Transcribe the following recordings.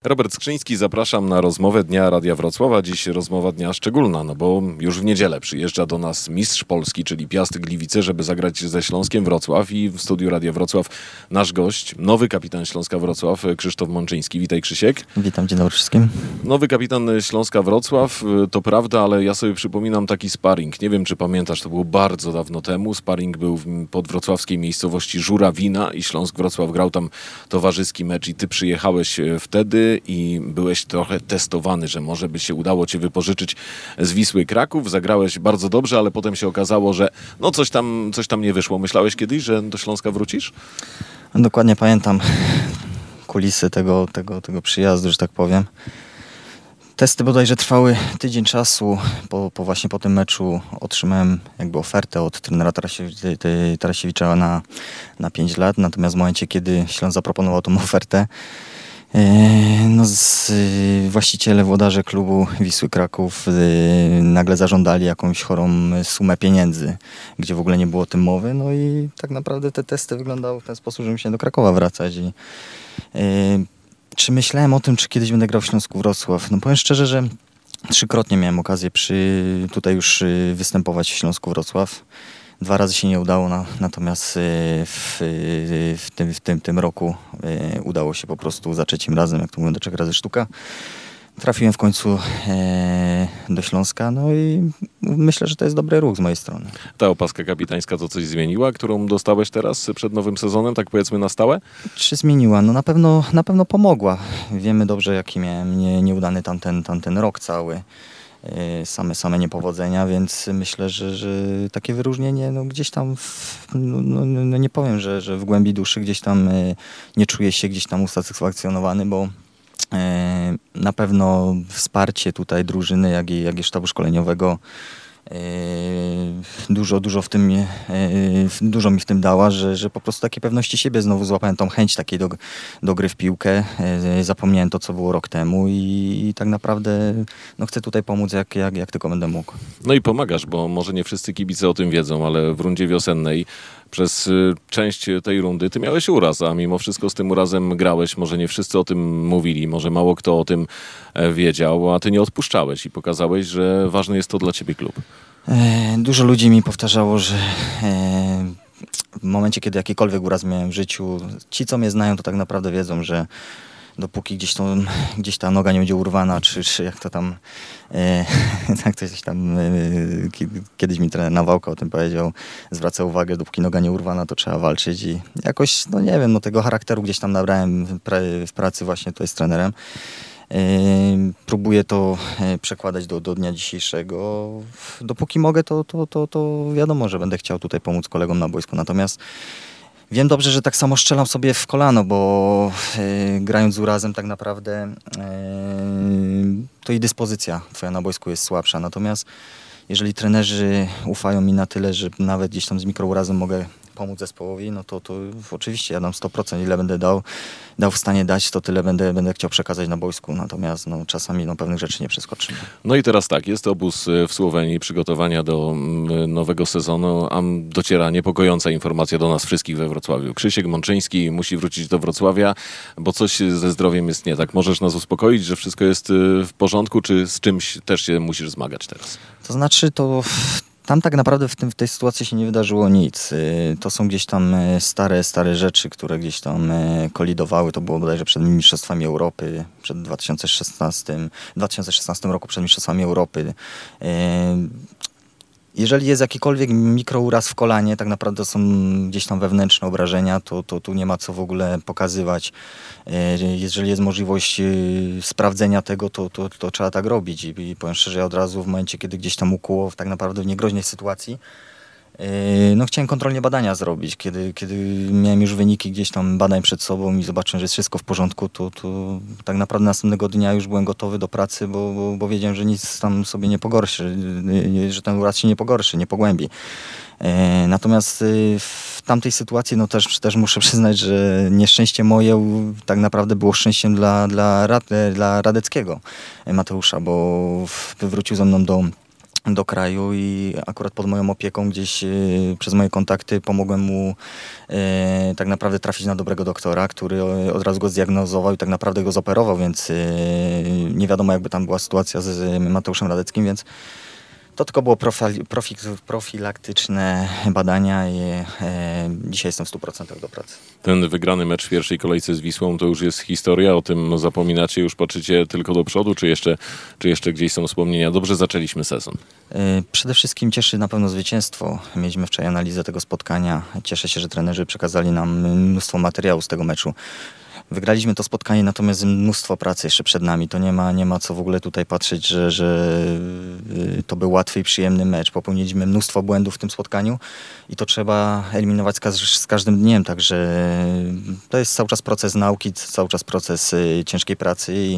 Robert Skrzyński, zapraszam na rozmowę Dnia Radia Wrocław. Dziś rozmowa dnia szczególna, no bo już w niedzielę przyjeżdża do nas mistrz Polski, czyli Piast Gliwice, żeby zagrać ze Śląskiem Wrocław i w studiu Radia Wrocław nasz gość, nowy kapitan Śląska Wrocław, Krzysztof Mączyński. Witaj, Krzysiek. Witam, dzień dobry wszystkim. Nowy kapitan Śląska Wrocław, to prawda, ale ja sobie przypominam taki sparring. Nie wiem, czy pamiętasz, to było bardzo dawno temu. Sparring był w podwrocławskiej miejscowości Żurawina i Śląsk Wrocław grał tam towarzyski mecz i ty przyjechałeś wtedy i byłeś trochę testowany, że może by się udało cię wypożyczyć z Wisły Kraków. Zagrałeś bardzo dobrze, ale potem się okazało, że no coś tam nie wyszło. Myślałeś kiedyś, że do Śląska wrócisz? Dokładnie pamiętam kulisy tego przyjazdu, że tak powiem. Testy bodajże trwały tydzień czasu. Właśnie po tym meczu otrzymałem jakby ofertę od trenera Tarasiewicza na 5 lat. Natomiast w momencie, kiedy Śląsk zaproponował tą ofertę, właściciele, włodarze klubu Wisły Kraków nagle zażądali jakąś chorą sumę pieniędzy, gdzie w ogóle nie było o tym mowy. No i tak naprawdę te testy wyglądały w ten sposób, że musiałem do Krakowa wracać. Czy myślałem o tym, czy kiedyś będę grał w Śląsku Wrocław? No powiem szczerze, że 3-krotnie miałem okazję tutaj już występować w Śląsku Wrocław. 2 razy się nie udało, natomiast w tym roku udało się po prostu za 3. razem, jak to mówią, do 3 razy sztuka. Trafiłem w końcu do Śląska, no i myślę, że to jest dobry ruch z mojej strony. Ta opaska kapitańska to coś zmieniła, którą dostałeś teraz przed nowym sezonem, tak powiedzmy na stałe? Czy zmieniła? No na pewno pomogła. Wiemy dobrze, jaki miałem nieudany tamten rok cały. Same niepowodzenia, więc myślę, że takie wyróżnienie no gdzieś tam, nie powiem, że w głębi duszy gdzieś tam nie czuję się gdzieś tam usatysfakcjonowany, bo na pewno wsparcie tutaj drużyny, jak i sztabu szkoleniowego dużo mi w tym dała, że po prostu takiej pewności siebie znowu złapałem tą chęć takiej do gry w piłkę. Zapomniałem to, co było rok temu i tak naprawdę no, chcę tutaj pomóc jak tylko będę mógł. No i pomagasz, bo może nie wszyscy kibice o tym wiedzą, ale w rundzie wiosennej przez część tej rundy ty miałeś uraz, a mimo wszystko z tym urazem grałeś. Może nie wszyscy o tym mówili, może mało kto o tym wiedział, a ty nie odpuszczałeś i pokazałeś, że ważny jest to dla ciebie klub. Dużo ludzi mi powtarzało, że w momencie, kiedy jakikolwiek uraz miałem w życiu, ci, co mnie znają, to tak naprawdę wiedzą, że dopóki gdzieś ta noga nie będzie urwana, czy jak to tam, tak coś tam, kiedyś mi trener Nawałka o tym powiedział, zwraca uwagę, dopóki noga nie urwana, to trzeba walczyć i jakoś, no nie wiem, no tego charakteru gdzieś tam nabrałem w pracy właśnie tutaj z trenerem. Próbuję to przekładać do dnia dzisiejszego. Dopóki mogę, to wiadomo, że będę chciał tutaj pomóc kolegom na boisku. Natomiast wiem dobrze, że tak samo strzelam sobie w kolano, bo grając z urazem tak naprawdę to i dyspozycja twoja na boisku jest słabsza. Natomiast jeżeli trenerzy ufają mi na tyle, że nawet gdzieś tam z mikrourazem mogę pomóc zespołowi, no to oczywiście ja dam 100%, ile będę dał w stanie dać, to tyle będę chciał przekazać na boisku, natomiast no, czasami pewnych rzeczy nie przeskoczymy. No i teraz tak, jest obóz w Słowenii, przygotowania do nowego sezonu, a dociera niepokojąca informacja do nas wszystkich we Wrocławiu. Krzysiek Mączyński musi wrócić do Wrocławia, bo coś ze zdrowiem jest nie tak. Możesz nas uspokoić, że wszystko jest w porządku, czy z czymś też się musisz zmagać teraz? To znaczy tam tak naprawdę w tej sytuacji się nie wydarzyło nic. To są gdzieś tam stare rzeczy, które gdzieś tam kolidowały. To było bodajże przed Mistrzostwami Europy, przed 2016 roku przed Mistrzostwami Europy. Jeżeli jest jakikolwiek mikrouraz w kolanie, tak naprawdę to są gdzieś tam wewnętrzne obrażenia, to tu nie ma co w ogóle pokazywać. Jeżeli jest możliwość sprawdzenia tego, to trzeba tak robić. I powiem szczerze, ja od razu w momencie, kiedy gdzieś tam ukuło w tak naprawdę w niegroźnej sytuacji, no chciałem kontrolnie badania zrobić. Kiedy miałem już wyniki gdzieś tam badań przed sobą i zobaczyłem, że jest wszystko w porządku, to tak naprawdę następnego dnia już byłem gotowy do pracy, bo wiedziałem, że nic tam sobie nie pogorszy, że ten uraz się nie pogorszy, nie pogłębi. Natomiast w tamtej sytuacji no też muszę przyznać, że nieszczęście moje tak naprawdę było szczęściem dla Radeckiego Mateusza, bo wrócił ze mną do kraju i akurat pod moją opieką gdzieś przez moje kontakty pomogłem mu tak naprawdę trafić na dobrego doktora, który od razu go zdiagnozował i tak naprawdę go zoperował, więc nie wiadomo jakby tam była sytuacja z Mateuszem Radeckim, więc to tylko było profilaktyczne badania i dzisiaj jestem w 100% do pracy. Ten wygrany mecz w pierwszej kolejce z Wisłą to już jest historia, o tym zapominacie, już patrzycie tylko do przodu, czy jeszcze gdzieś są wspomnienia? Dobrze zaczęliśmy sezon. Przede wszystkim cieszy na pewno zwycięstwo. Mieliśmy wczoraj analizę tego spotkania. Cieszę się, że trenerzy przekazali nam mnóstwo materiału z tego meczu. Wygraliśmy to spotkanie, natomiast mnóstwo pracy jeszcze przed nami. To nie ma co w ogóle tutaj patrzeć, że to był łatwy i przyjemny mecz. Popełniliśmy mnóstwo błędów w tym spotkaniu i to trzeba eliminować z każdym dniem. Także to jest cały czas proces nauki, cały czas proces ciężkiej pracy i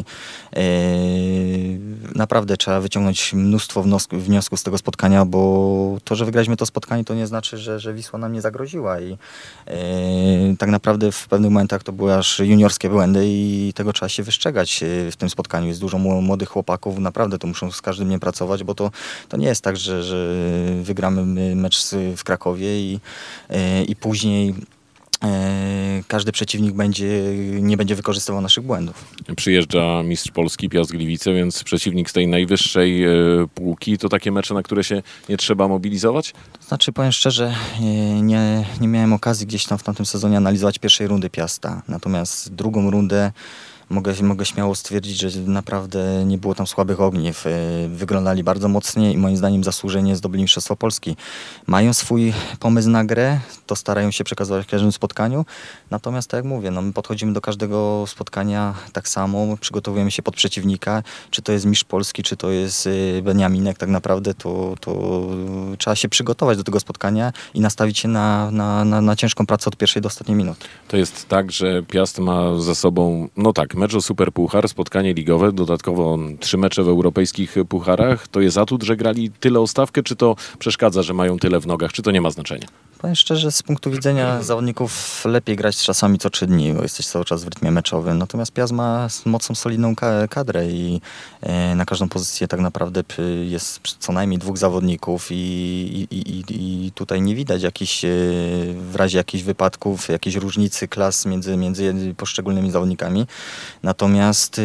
naprawdę trzeba wyciągnąć mnóstwo wniosków z tego spotkania, bo to, że wygraliśmy to spotkanie, to nie znaczy, że Wisła nam nie zagroziła i tak naprawdę w pewnych momentach to były aż juniorskie błędy i tego trzeba się wystrzegać w tym spotkaniu. Jest dużo młodych chłopaków, naprawdę to muszą z każdym dniem pracować, bo to nie jest tak, że wygramy mecz w Krakowie i później każdy przeciwnik nie będzie wykorzystywał naszych błędów. Przyjeżdża mistrz Polski Piast Gliwice, więc przeciwnik z tej najwyższej półki. To takie mecze, na które się nie trzeba mobilizować? To znaczy, powiem szczerze, nie miałem okazji gdzieś tam w tamtym sezonie analizować pierwszej rundy Piasta. Natomiast drugą rundę mogę śmiało stwierdzić, że naprawdę nie było tam słabych ogniw. Wyglądali bardzo mocnie i moim zdaniem zasłużenie zdobyli Mistrzostwo Polski. Mają swój pomysł na grę, to starają się przekazywać w każdym spotkaniu. Natomiast tak jak mówię, my podchodzimy do każdego spotkania tak samo, przygotowujemy się pod przeciwnika. Czy to jest mistrz Polski, czy to jest Beniaminek, tak naprawdę to trzeba się przygotować do tego spotkania i nastawić się na ciężką pracę od pierwszej do ostatniej minuty. To jest tak, że Piast ma za sobą, mecz o Superpuchar, spotkanie ligowe, dodatkowo 3 mecze w europejskich pucharach. To jest atut, że grali tyle o stawkę, czy to przeszkadza, że mają tyle w nogach, czy to nie ma znaczenia? Powiem szczerze, z punktu widzenia zawodników lepiej grać czasami co 3 dni, bo jesteś cały czas w rytmie meczowym. Natomiast Piast ma mocną, solidną kadrę i na każdą pozycję tak naprawdę jest co najmniej 2 zawodników i tutaj nie widać w razie jakichś wypadków, jakiejś różnicy klas między poszczególnymi zawodnikami. Natomiast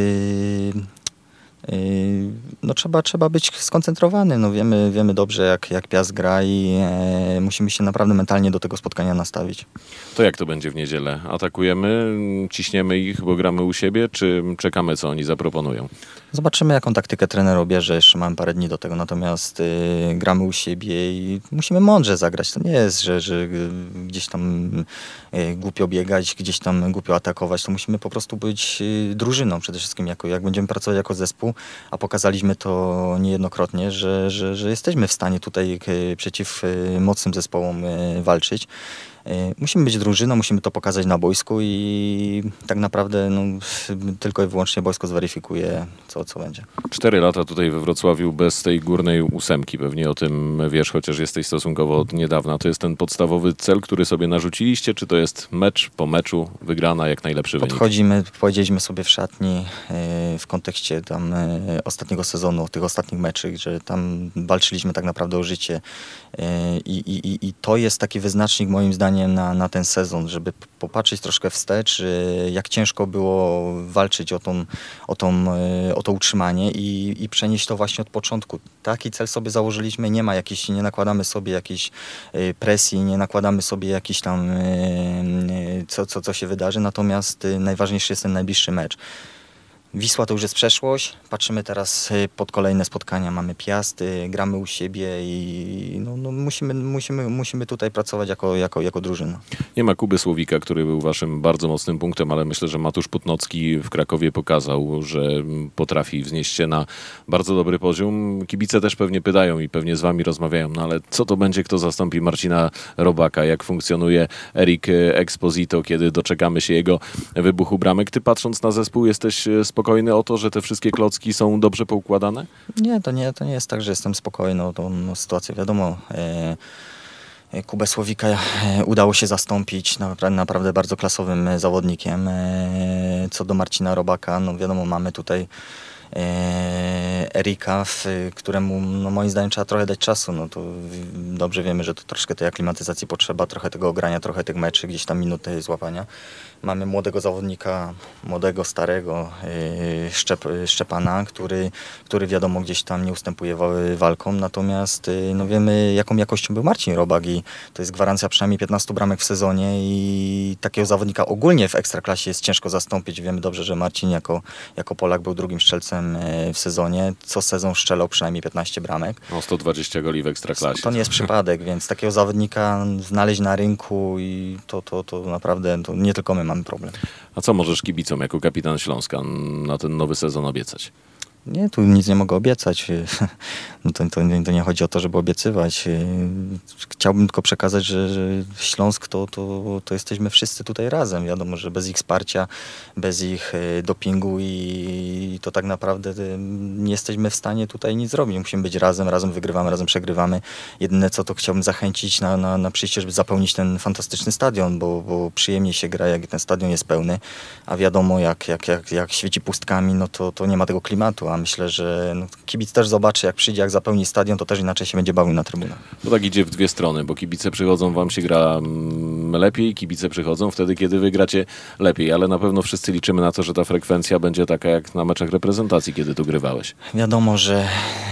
trzeba być skoncentrowany. Wiemy dobrze, jak Piast gra i musimy się naprawdę mentalnie do tego spotkania nastawić. To jak to będzie w niedzielę? Atakujemy, ciśniemy ich, bo gramy u siebie, czy czekamy, co oni zaproponują? Zobaczymy, jaką taktykę trener obierze. Jeszcze mamy parę dni do tego, natomiast gramy u siebie i musimy mądrze zagrać. To nie jest, że gdzieś tam głupio biegać, gdzieś tam głupio atakować. To musimy po prostu być drużyną przede wszystkim, jak będziemy pracować jako zespół, a pokazaliśmy to niejednokrotnie, że jesteśmy w stanie tutaj przeciw mocnym zespołom walczyć. Musimy być drużyną, musimy to pokazać na boisku i tak naprawdę tylko i wyłącznie boisko zweryfikuje, co będzie. 4 lata tutaj we Wrocławiu bez tej górnej 8. Pewnie o tym wiesz, chociaż jesteś stosunkowo od niedawna. To jest ten podstawowy cel, który sobie narzuciliście, czy to jest mecz po meczu, wygrana, jak najlepszy wynik? Powiedzieliśmy sobie w szatni w kontekście tam ostatniego sezonu, tych ostatnich meczów, że tam walczyliśmy tak naprawdę o życie i to jest taki wyznacznik moim zdaniem na ten sezon, żeby popatrzeć troszkę wstecz, jak ciężko było walczyć o to utrzymanie i przenieść to właśnie od początku. Taki cel sobie założyliśmy, nie nakładamy sobie jakiejś presji, nie nakładamy sobie jakiś tam co się wydarzy, natomiast najważniejszy jest ten najbliższy mecz. Wisła to już jest przeszłość, patrzymy teraz pod kolejne spotkania, mamy Piast, gramy u siebie i musimy tutaj pracować jako drużyna. Nie ma Kuby Słowika, który był waszym bardzo mocnym punktem, ale myślę, że Matusz Putnocki w Krakowie pokazał, że potrafi wznieść się na bardzo dobry poziom. Kibice też pewnie pytają i pewnie z wami rozmawiają, ale co to będzie, kto zastąpi Marcina Robaka, jak funkcjonuje Erik Exposito, kiedy doczekamy się jego wybuchu bramek. Ty patrząc na zespół jesteś spokojny o to, że te wszystkie klocki są dobrze poukładane? Nie, to nie jest tak, że jestem spokojny o tą sytuację. Wiadomo, Kubę Słowika udało się zastąpić naprawdę bardzo klasowym zawodnikiem. Co do Marcina Robaka, wiadomo, mamy tutaj Erika, któremu no, moim zdaniem trzeba trochę dać czasu. No to dobrze wiemy, że to troszkę tej aklimatyzacji potrzeba, trochę tego ogrania, trochę tych meczy, gdzieś tam minuty złapania. Mamy młodego zawodnika, młodego, starego Szczepana, który wiadomo gdzieś tam nie ustępuje walką, natomiast no wiemy jaką jakością był Marcin Robak i to jest gwarancja przynajmniej 15 bramek w sezonie i takiego zawodnika ogólnie w Ekstraklasie jest ciężko zastąpić. Wiemy dobrze, że Marcin jako Polak był drugim strzelcem w sezonie. Co sezon strzelał przynajmniej 15 bramek. No 120 goli w Ekstraklasie. To nie jest przypadek, więc takiego zawodnika znaleźć na rynku i to naprawdę to nie tylko my mamy problem. A co możesz kibicom jako kapitan Śląska na ten nowy sezon obiecać? Nie, tu nic nie mogę obiecać. No to nie chodzi o to, żeby obiecywać. Chciałbym tylko przekazać, że Śląsk to jesteśmy wszyscy tutaj razem. Wiadomo, że bez ich wsparcia, bez ich dopingu i to tak naprawdę nie jesteśmy w stanie tutaj nic zrobić. Musimy być razem wygrywamy, razem przegrywamy. Jedyne co to chciałbym zachęcić na przyjście, żeby zapełnić ten fantastyczny stadion, bo przyjemnie się gra, jak ten stadion jest pełny, a wiadomo jak świeci pustkami, no to nie ma tego klimatu. A myślę, że kibic też zobaczy, jak przyjdzie, jak zapełni stadion, to też inaczej się będzie bawił na trybunach. To tak idzie w dwie strony, bo kibice przychodzą, wam się gra lepiej, kibice przychodzą wtedy, kiedy wy gracie lepiej, ale na pewno wszyscy liczymy na to, że ta frekwencja będzie taka jak na meczach reprezentacji, kiedy tu grywałeś. Wiadomo, że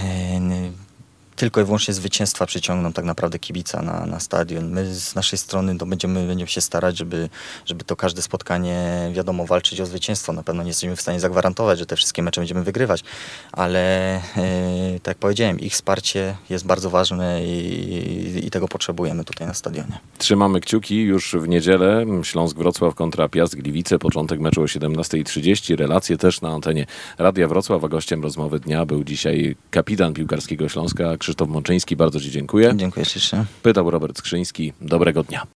tylko i wyłącznie zwycięstwa przyciągną tak naprawdę kibica na stadion. My z naszej strony to będziemy się starać, żeby to każde spotkanie, wiadomo, walczyć o zwycięstwo. Na pewno nie jesteśmy w stanie zagwarantować, że te wszystkie mecze będziemy wygrywać, ale tak jak powiedziałem, ich wsparcie jest bardzo ważne i tego potrzebujemy tutaj na stadionie. Trzymamy kciuki już w niedzielę. Śląsk-Wrocław kontra Piast-Gliwice. Początek meczu o 17:30. Relacje też na antenie Radia Wrocław, a gościem rozmowy dnia był dzisiaj kapitan piłkarskiego Śląska Krzysztof Mączyński. Bardzo ci dziękuję. Dziękuję ślicznie. Pytał Robert Skrzyński. Dobrego dnia.